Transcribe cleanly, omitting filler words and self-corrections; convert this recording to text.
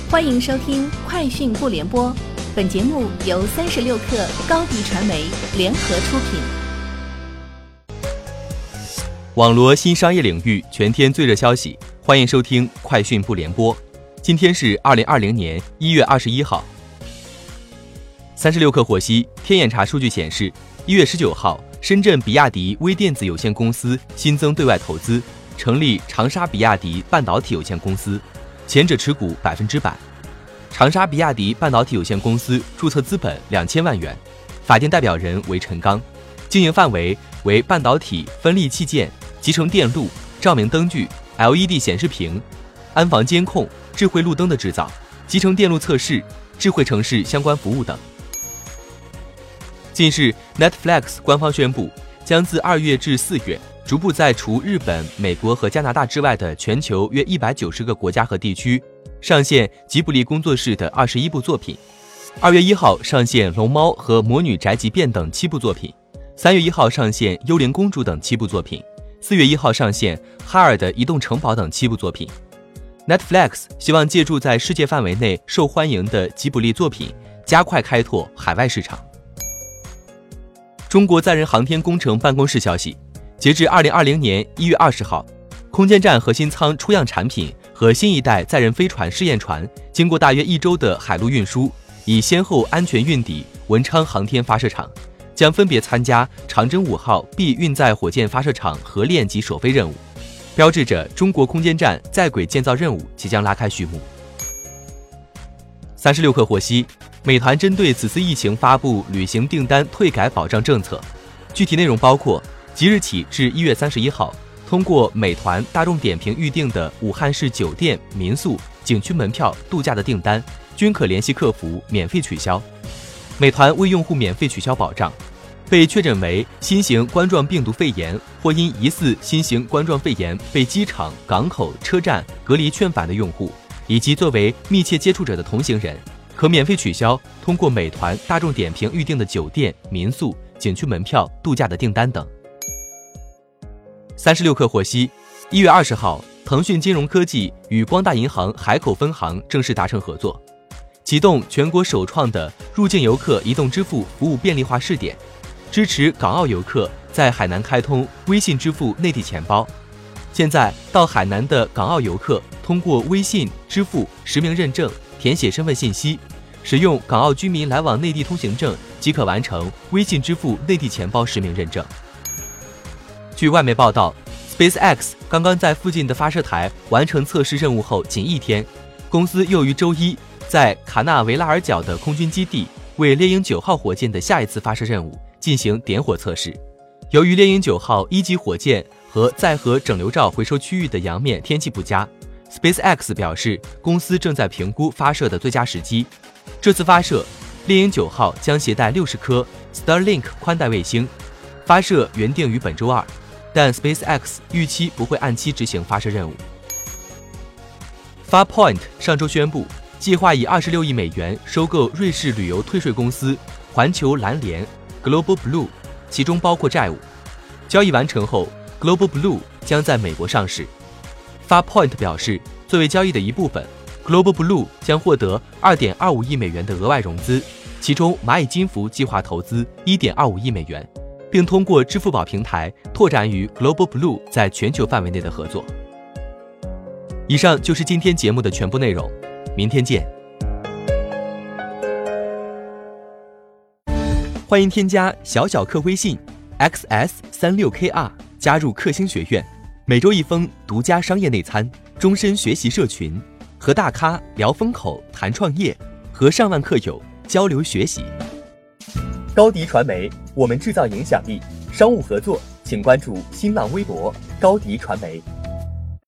欢迎收听快讯不联播，本节目由36克高迪传媒联合出品。 网罗新商业领域全天最热消息，欢迎收听快讯不联播。今天是2020年1月21号。36克获悉，天眼查数据显示，1月19号，深圳比亚迪微电子有限公司新增对外投资，成立长沙比亚迪半导体有限公司，前者持股100%。长沙比亚迪半导体有限公司注册资本2000万元，法定代表人为陈刚，经营范围为半导体分立器件、集成电路、照明灯具、LED 显示屏、安防监控、智慧路灯的制造、集成电路测试、智慧城市相关服务等。近日 Netflix 官方宣布，将自2月至4月逐步在除日本、美国和加拿大之外的全球约190个国家和地区上线吉卜力工作室的21部作品。2月1号上线《龙猫》和《魔女宅急便》等7部作品，3月1号上线《幽灵公主》等7部作品，4月1号上线《哈尔的移动城堡》等7部作品。Netflix 希望借助在世界范围内受欢迎的吉卜力作品，加快开拓海外市场。中国载人航天工程办公室消息，截至2020年1月20号，空间站核心舱出样产品和新一代载人飞船试验船经过大约1周的海陆运输，已先后安全运抵文昌航天发射场，将分别参加长征5号 B 运载火箭发射场合练及首飞任务，标志着中国空间站在轨建造任务即将拉开序幕。36克获悉，美团针对此次疫情发布旅行订单退改保障政策，具体内容包括即日起至1月31号，通过美团、大众点评预订的武汉市酒店、民宿、景区门票、度假的订单，均可联系客服免费取消。美团为用户免费取消保障，被确诊为新型冠状病毒肺炎或因疑似新型冠状肺炎被机场、港口、车站隔离劝返的用户，以及作为密切接触者的同行人，可免费取消通过美团、大众点评预订的酒店、民宿、景区门票、度假的订单等。36克获悉，1月20号，腾讯金融科技与光大银行海口分行正式达成合作，启动全国首创的入境游客移动支付服务便利化试点，支持港澳游客在海南开通微信支付内地钱包。现在到海南的港澳游客通过微信支付实名认证，填写身份信息，使用港澳居民来往内地通行证即可完成微信支付内地钱包实名认证。据外媒报道， SpaceX 刚刚在附近的发射台完成测试任务后仅1天，公司又于周一在卡纳维拉尔角的空军基地为猎鹰9号火箭的下一次发射任务进行点火测试。由于猎鹰9号1级火箭和载荷整流罩回收区域的洋面天气不佳， SpaceX 表示公司正在评估发射的最佳时机。这次发射，猎鹰9号将携带60颗 Starlink 宽带卫星，发射原定于本周2，但 SpaceX 预期不会按期执行发射任务。Farpoint 上周宣布，计划以26亿美元收购瑞士旅游退税公司环球蓝联 Global Blue， 其中包括债务。交易完成后， Global Blue 将在美国上市。Farpoint 表示，作为交易的一部分， Global Blue 将获得 2.25 亿美元的额外融资，其中蚂蚁金服计划投资 1.25 亿美元，并通过支付宝平台拓展与 Global Blue 在全球范围内的合作。以上就是今天节目的全部内容，明天见。欢迎添加小小客微信 XS36KR 加入克星学院，每周1封独家商业内参，终身学习社群，和大咖聊风口谈创业，和上万客友交流学习。高迪传媒，我们制造影响力。商务合作请关注新浪微博高迪传媒。